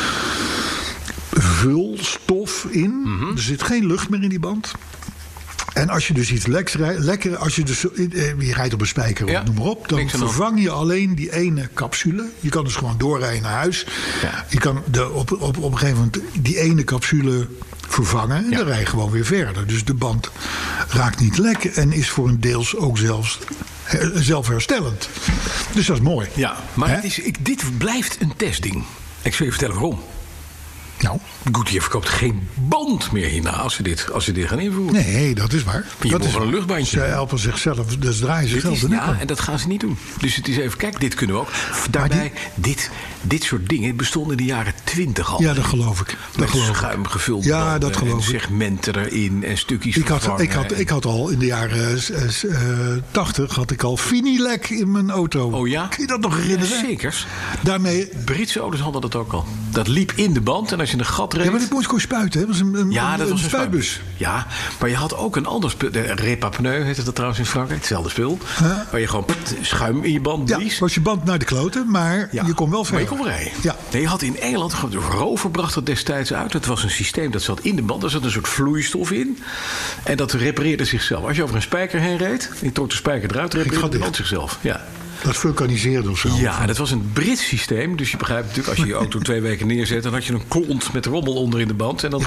vulstof in. Mm-hmm. Er zit geen lucht meer in die band. En als je dus iets lekker, als je dus je rijdt op een spijker, noem maar op, dan vervang je alleen die ene capsule. Je kan dus gewoon doorrijden naar huis. Ja. Je kan op een gegeven moment die ene capsule vervangen en dan rij je gewoon weer verder. Dus de band raakt niet lek en is voor een deels ook zelfherstellend. Dus dat is mooi. Ja, maar dit blijft een testding. Ik zal je vertellen waarom. Nou, Goodyear verkoopt geen band meer hierna als ze dit gaan invoeren. Nee, dat is waar. Dat is een luchtbandje. Ze helpen zichzelf, dus draaien zichzelf de nek om. Ja, en dat gaan ze niet doen. Dus het is even, kijk, dit kunnen we ook. Daarbij, dit soort dingen bestonden in de jaren 20 al. Ja, dat geloof ik. Met schuim gevuld en segmenten erin en stukjes vervangen. Ik had al in de jaren 80 had ik al Finilec in mijn auto. Oh ja? Kun je dat nog herinneren? Ja, zeker. Daarmee, Britse auto's hadden dat ook al. Dat liep in de band en als je een gat reed... Ja, maar dit moest gewoon spuiten. Dat was een spuitbus. Ja, maar je had ook een ander spul. De Repapneu heette dat trouwens in Frankrijk. Hetzelfde spul. Waar je gewoon schuim in je band blies. Ja, was je band naar de kloten, maar je kon wel verder. Maar je kon rijden. Ja. Nee, je had in Engeland, Rover bracht dat destijds uit. Het was een systeem dat zat in de band. Daar zat een soort vloeistof in. En dat repareerde zichzelf. Als je over een spijker heen reed, je trok de spijker eruit, repareerde de band zichzelf. Ja. Dat vulkaniseerde of zo. Ja, dat was een Brits systeem. Dus je begrijpt natuurlijk, als je je auto 2 weken neerzet, dan had je een klont met rommel onder in de band. En dan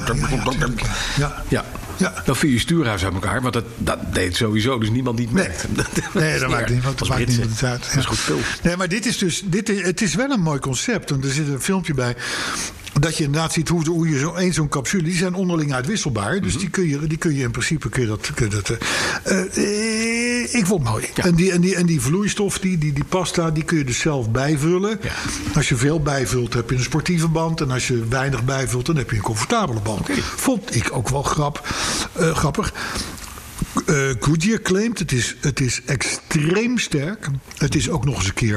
dan viel je stuurhuis uit elkaar. Maar dat deed sowieso, dus niemand die het merkte. Nee, dat maakt niemand uit. Dat is goed spul. Nee, maar dit is dus, het is wel een mooi concept. Want er zit een filmpje bij. Dat je inderdaad ziet hoe je zo'n capsule, die zijn onderling uitwisselbaar. Dus die kun je in principe ik vond het mooi. Ja. En die vloeistof, die pasta, die kun je dus zelf bijvullen. Ja. Als je veel bijvult, heb je een sportieve band. En als je weinig bijvult, dan heb je een comfortabele band. Okay. Vond ik ook wel grappig. Goodyear claimt, het is extreem sterk. Het is ook nog eens een keer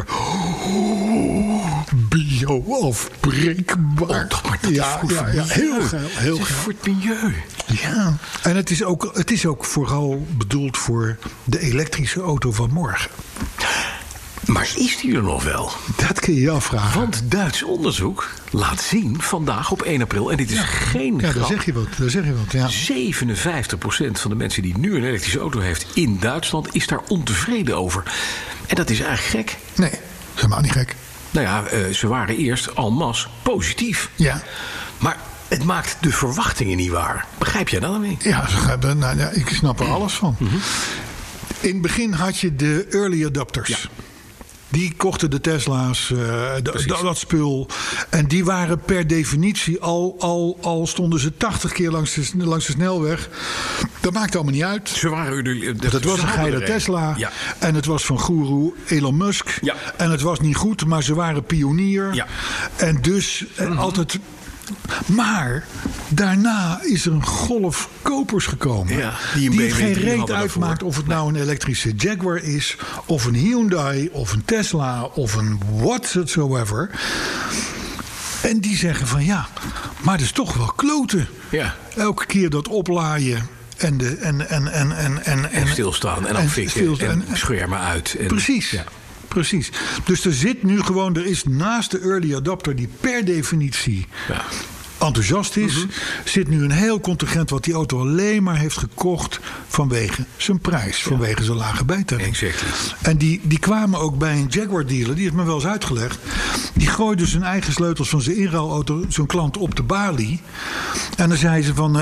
bio-afbreekbaar. Ja, heel geil. Het is voor het milieu. Ja, en het is ook vooral bedoeld voor de elektrische auto van morgen. Maar is die er nog wel? Dat kun je je afvragen. Want Duits onderzoek laat zien vandaag op 1 april... en dit is geen grap. Daar zeg je wat. Ja. 57% van de mensen die nu een elektrische auto heeft in Duitsland... is daar ontevreden over. En dat is eigenlijk gek. Nee, dat is helemaal niet gek. Nou ja, ze waren eerst en masse positief. Ja. Maar het maakt de verwachtingen niet waar. Begrijp jij dat dan niet? Ja, ik snap er alles van. Mm-hmm. In het begin had je de early adopters. Ja. Die kochten de Tesla's, dat spul. En die waren per definitie, al stonden ze 80 keer langs de snelweg. Dat maakte allemaal niet uit. Dat was een geile Tesla. Ja. En het was van goeroe Elon Musk. Ja. En het was niet goed, maar ze waren pionier. Ja. En dus altijd... Maar daarna is er een golf kopers gekomen. Ja, die het geen reet uitmaakt of het nou een elektrische Jaguar is, of een Hyundai, of een Tesla, of een whatsoever. En die zeggen van maar dat is toch wel kloten. Ja. Elke keer dat oplaaien En stilstaan en afvikken en schermen uit. Precies. Ja. Precies. Dus er is naast de early adopter die per definitie enthousiast is, zit nu een heel contingent wat die auto alleen maar heeft gekocht vanwege zijn prijs, vanwege zijn lage bijtelling. Exactly. En die kwamen ook bij een Jaguar dealer, die heeft me wel eens uitgelegd. Die gooide zijn eigen sleutels van zijn inruilauto zijn klant op de balie. En dan zei ze van,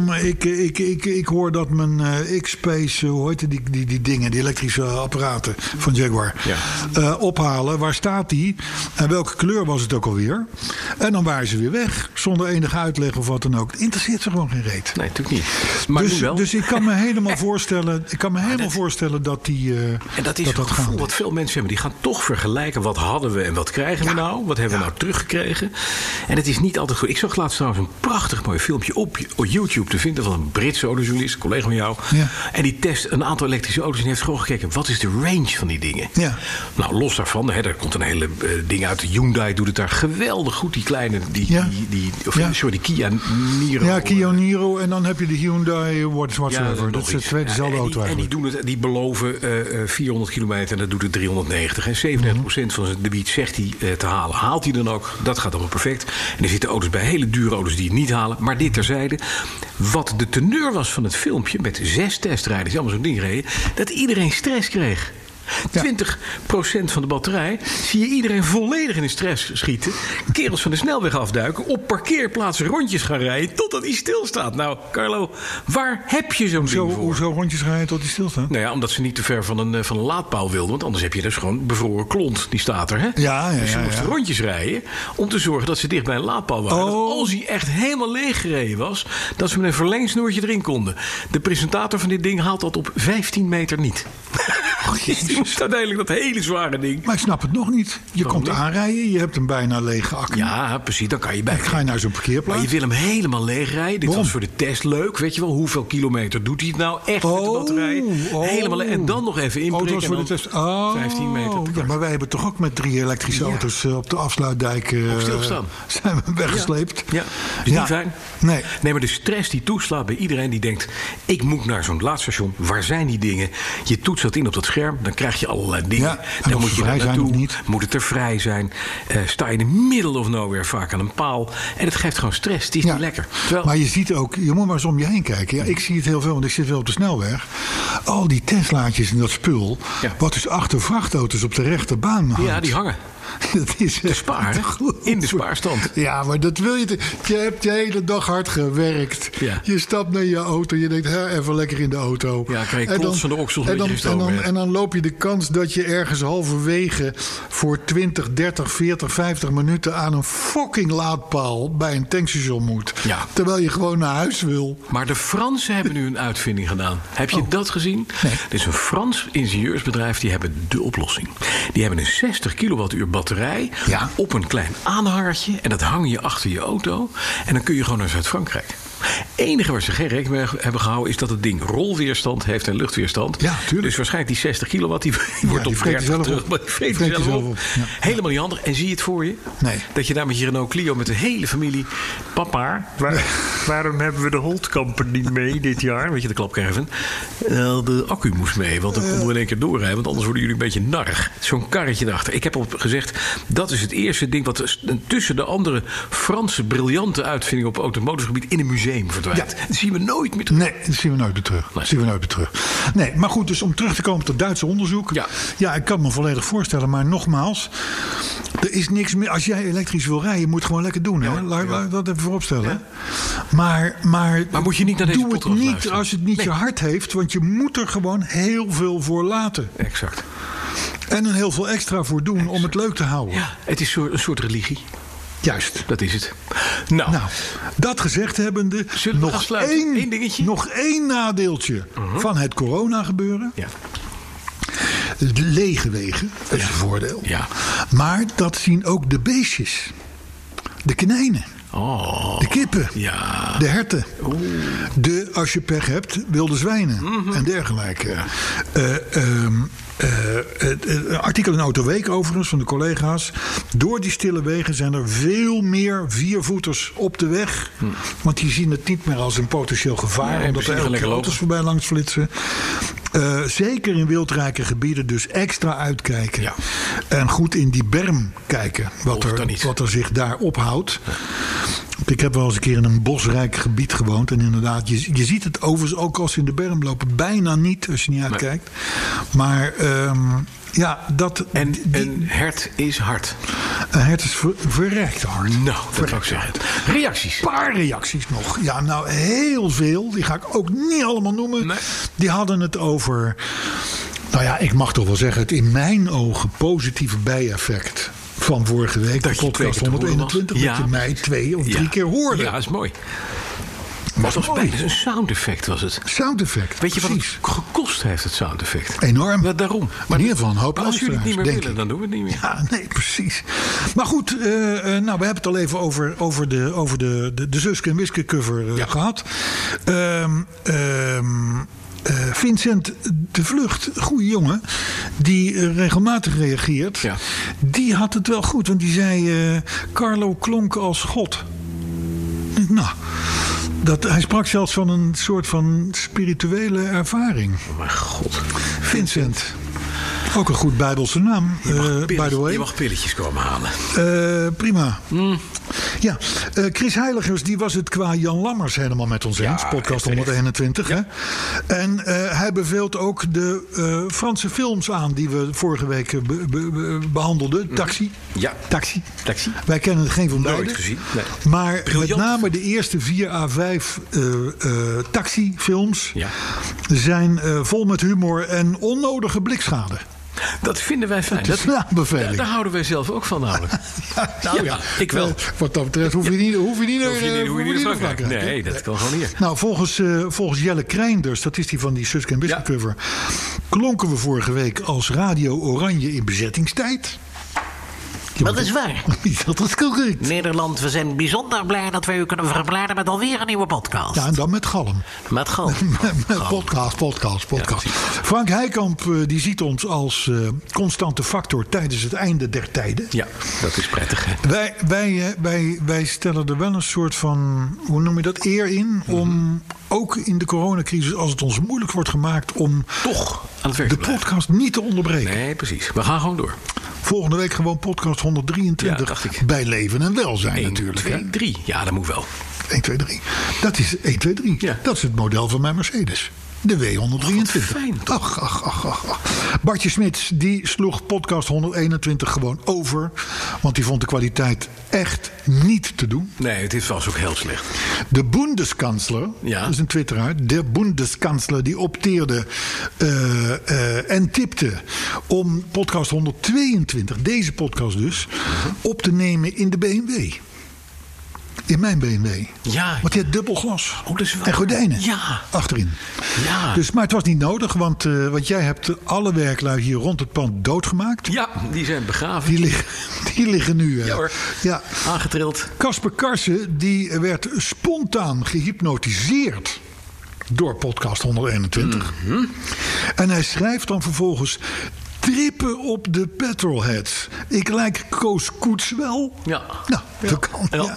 ik hoor dat mijn X-Pace, hoe heet die dingen, die elektrische apparaten van Jaguar, ophalen. Waar staat die? En welke kleur was het ook alweer? En dan waren ze weer weg, zonder enige uitleg of wat dan ook. Het interesseert ze gewoon geen reet. Nee, natuurlijk niet. Maar dus ik kan me helemaal voorstellen dat die en dat is het gevoel wat veel mensen hebben. Die gaan toch vergelijken. Wat hadden we en wat krijgen we nou? Wat hebben we nou teruggekregen? En het is niet altijd goed. Ik zag laatst trouwens een prachtig mooi filmpje op YouTube te vinden van een Britse autojournalist, een collega van jou. Ja. En die test een aantal elektrische auto's en heeft gewoon gekeken. Wat is de range van die dingen? Ja. Nou, los daarvan. Er komt een hele ding uit. Hyundai doet het daar geweldig goed. Die kleine, die Kia Niro. Ja, Kia Niro. En dan heb je de Hyundai whatsoever. Dat is dezelfde auto eigenlijk. En die beloven 400 kilometer en dat doet het 390. En 37% van zijn debiet zegt hij te halen. Haalt hij dan ook? Dat gaat allemaal perfect. En er zitten auto's bij, hele dure auto's die het niet halen. Maar dit terzijde. Wat de teneur was van het filmpje, met 6 testrijders die allemaal zo'n ding reden, dat iedereen stress kreeg. 20% van de batterij zie je iedereen volledig in de stress schieten. Kerels van de snelweg afduiken, op parkeerplaatsen rondjes gaan rijden totdat hij stilstaat. Nou, Carlo, waar heb je zo'n ding voor? Hoezo rondjes rijden tot hij stilstaat? Nou ja, omdat ze niet te ver van een laadpaal wilden. Want anders heb je dus gewoon bevroren klont. Die staat er, hè? Dus ze moesten rondjes rijden om te zorgen dat ze dicht bij een laadpaal waren. Dat als hij echt helemaal leeg gereden was, dat ze met een verlengsnoertje erin konden. De presentator van dit ding haalt dat op 15 meter niet. Die moest uiteindelijk dat hele zware ding. Maar ik snap het nog niet. Je komt aanrijden, je hebt een bijna lege accu. Ja, precies, dan kan je bij. Dan ga je naar zo'n parkeerplaats. Maar je wil hem helemaal leeg rijden. Dit was voor de test leuk. Weet je wel, hoeveel kilometer doet hij het nou echt met de batterij? Helemaal leeg. En dan nog even inprikken. Auto's voor de test. 15 meter. Ja, maar wij hebben toch ook met 3 elektrische auto's op de afsluitdijk zijn we weggesleept. Ja. Is niet fijn? Nee, maar de stress die toeslaat bij iedereen die denkt, ik moet naar zo'n laadstation. Waar zijn die dingen? Je toetst dat in op dat scherm. Dan krijg je allerlei dingen. Ja, dan moet je daar naartoe. Moet het er vrij zijn? Sta je in de middle of nowhere vaak aan een paal. En het geeft gewoon stress. Het is niet lekker. Terwijl... Maar je ziet ook, je moet maar eens om je heen kijken. Ja, ik zie het heel veel, want ik zit wel op de snelweg. Al die Teslaatjes en dat spul. Ja. Wat dus achter vrachtauto's op de rechterbaan hangt. Ja, die hangen. Dat is te spaar, in de spaarstand. Ja, maar dat wil je. Je hebt de hele dag hard gewerkt. Ja. Je stapt naar je auto. Je denkt, even lekker in de auto. Ja, krijg je klots van de oksels. En dan loop je de kans dat je ergens halverwege voor 20, 30, 40, 50 minuten aan een fucking laadpaal bij een tankstation moet. Ja. Terwijl je gewoon naar huis wil. Maar de Fransen hebben nu een uitvinding gedaan. Heb je dat gezien? Nee. Er is een Frans ingenieursbedrijf, die hebben de oplossing. Die hebben een 60 kilowattuur batterij op een klein aanhangertje. En dat hang je achter je auto. En dan kun je gewoon naar Zuid-Frankrijk. Het enige waar ze geen rekening mee hebben gehouden is dat het ding rolweerstand heeft en luchtweerstand. Ja, tuurlijk. Dus waarschijnlijk die 60 kilowatt die wordt op 30 terug. Maar die vreet zelf op. Ja. Helemaal niet handig. En zie je het voor je? Nee. Dat je daar met je Renault Clio met de hele familie. Papa, waarom hebben we de Holtkamper niet mee dit jaar? Weet je, de klapcaravan. De accu moest mee, want dan konden we in één keer doorrijden. Want anders worden jullie een beetje narrig. Zo'n karretje erachter. Ik heb al gezegd, dat is het eerste ding wat tussen de andere Franse briljante uitvindingen op automotivegebied in een museum verdwijnt. Ja. Dat zien we nooit meer terug. Nee, dat zien we nooit meer terug. Nee, maar goed, dus om terug te komen op dat Duitse onderzoek. Ja, ik kan me volledig voorstellen. Maar nogmaals, er is niks meer. Als jij elektrisch wil rijden, moet je gewoon lekker doen. Ja, laat dat even vooropstellen. Ja. Maar moet je niet naar deze doe het niet luisteren. Als het niet je hart heeft. Want je moet er gewoon heel veel voor laten. Exact. En er heel veel extra voor doen om het leuk te houden. Ja, het is een soort religie. Juist. Dat is het. Nou, dat gezegd hebbende, nog één nadeeltje van het corona gebeuren. Ja. Lege wegen, dat is een voordeel. Ja. Maar dat zien ook de beestjes. De konijnen. De kippen. Ja. De herten. De, als je pech hebt, wilde zwijnen. En dergelijke. Ja. artikel in Autoweek overigens van de collega's. Door die stille wegen zijn er veel meer viervoeters op de weg. Want die zien het niet meer als een potentieel gevaar. Omdat er elke keer auto's voorbij langs flitsen. Zeker in wildrijke gebieden dus extra uitkijken. Ja. En goed in die berm kijken. Wat er zich daar ophoudt. Ja. Ik heb wel eens een keer in een bosrijk gebied gewoond. En inderdaad, je ziet het overigens ook als ze in de berm lopen. Bijna niet, als je niet uitkijkt. Nee. Maar een hert is hard. Een hert is verrekt hard. Nou, dat zou ik zeggen. Reacties? Een paar reacties nog. Ja, nou, heel veel. Die ga ik ook niet allemaal noemen. Nee. Die hadden het over... Nou ja, ik mag toch wel zeggen... het in mijn ogen positieve bijeffect... van vorige week, de podcast 121, dat je mij 2 of 3 keer hoorde. Ja, dat is mooi. Maar het was bijna een sound effect, was het. Sound effect, weet je precies. Wat het gekost heeft, het sound effect? Enorm. Ja, daarom. Maar in ieder geval een hoop als jullie het niet meer willen, dan doen we het niet meer. Ja, nee, precies. Maar goed, we hebben het al even over de Suske en Wiske cover gehad. Vincent de Vlucht, goede jongen, die regelmatig reageert. Ja. Die had het wel goed, want die zei... Carlo klonk als God. Nou, hij sprak zelfs van een soort van spirituele ervaring. Oh mijn god. Vincent. Ook een goed Bijbelse naam, by the way. Je mag pilletjes komen halen. Prima. Ja, Chris Heiligers, die was het qua Jan Lammers helemaal met ons eens. Podcast 121. Ja. Hè? En hij beveelt ook de Franse films aan die we vorige week behandelden. Taxi. Ja. Taxi. Wij kennen het geen van beide. Nooit gezien. Nee. Maar met name de eerste 4 à 5 taxifilms zijn vol met humor en onnodige blikschade. Dat vinden wij fijn. Dat is een aanbeveling. Daar houden wij zelf ook van namelijk. Ik wel. Wat dat betreft hoef je niet naar Frankrijk. Nee, dat kan gewoon hier. Nou, volgens Jelle Krijnders, dat is die van die Suske en Wiske cover, klonken we vorige week als Radio Oranje in bezettingstijd. Dat is waar. Dat is correct. Nederland, we zijn bijzonder blij dat we u kunnen verblijden met alweer een nieuwe podcast. Ja, en dan met galm. Met galm. Podcast. Ja, Frank Heikamp die ziet ons als constante factor tijdens het einde der tijden. Ja, dat is prettig. Hè? Wij stellen er wel een soort van, hoe noem je dat, eer in om ook in de coronacrisis, als het ons moeilijk wordt gemaakt om toch aan het werk te blijven. Podcast niet te onderbreken. Nee, precies. We gaan gewoon door. Volgende week gewoon podcast 123 bij Leven en Welzijn 1, natuurlijk. 2, 3. Ja, dat moet wel. 1, 2, 3. Dat is 1, 2, 3. Ja. Dat is het model van mijn Mercedes. De W123. Fijn. Ach. Bartje Smits die sloeg podcast 121 gewoon over. Want die vond de kwaliteit echt niet te doen. Nee, het was ook heel slecht. De Bundeskanzler, dat is een twitteraar. De Bundeskanzler die opteerde en tipte om podcast 122, deze podcast dus, op te nemen in de BMW. In mijn BMW. Ja. Want die had dubbel glas. Oh, dat is wel... En gordijnen. Ja. Achterin. Ja. Dus, maar het was niet nodig, want jij hebt alle werklui hier rond het pand doodgemaakt. Ja, die zijn begraven. Die liggen nu... ja hoor. Ja. Aangetrild. Casper Karsen, die werd spontaan gehypnotiseerd door podcast 121. Mm-hmm. En hij schrijft dan vervolgens... Trippen op de petrolheads. Ik lijk Koos Koets wel. Ja. Nou, dat kan. Ja.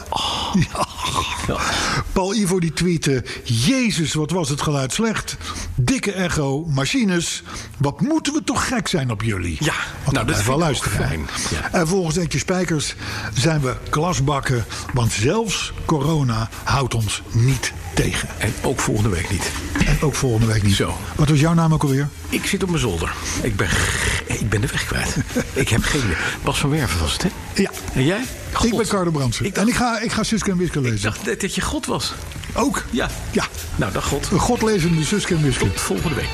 Ja. Paul Ivo die tweette... Jezus, wat was het geluid slecht. Dikke echo, machines. Wat moeten we toch gek zijn op jullie. Ja, want dat is wel luisteren. Fijn. Ja. En volgens Etje Spijkers zijn we klasbakken. Want zelfs corona houdt ons niet tegen. En ook volgende week niet. Zo. Wat was jouw naam ook alweer? Ik zit op mijn zolder. Ik ben de weg kwijt. Ik heb geen... Bas van Werven was het, hè? Ja. En jij? God. Ik ben Carlo Brandsen. En ik ga Suske en Wiske lezen. Ik dacht net dat je God was. Ook? Ja. Nou, dag God. Een godlezende Suske en Wiske. Tot volgende week.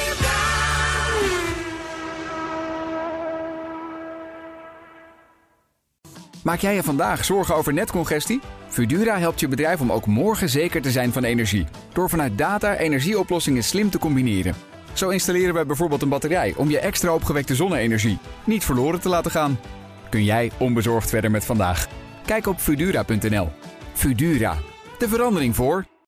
Maak jij je vandaag zorgen over netcongestie? Fudura helpt je bedrijf om ook morgen zeker te zijn van energie. Door vanuit data energieoplossingen slim te combineren. Zo installeren wij bijvoorbeeld een batterij om je extra opgewekte zonne-energie niet verloren te laten gaan. Kun jij onbezorgd verder met vandaag? Kijk op Fudura.nl. Fudura, de verandering voor...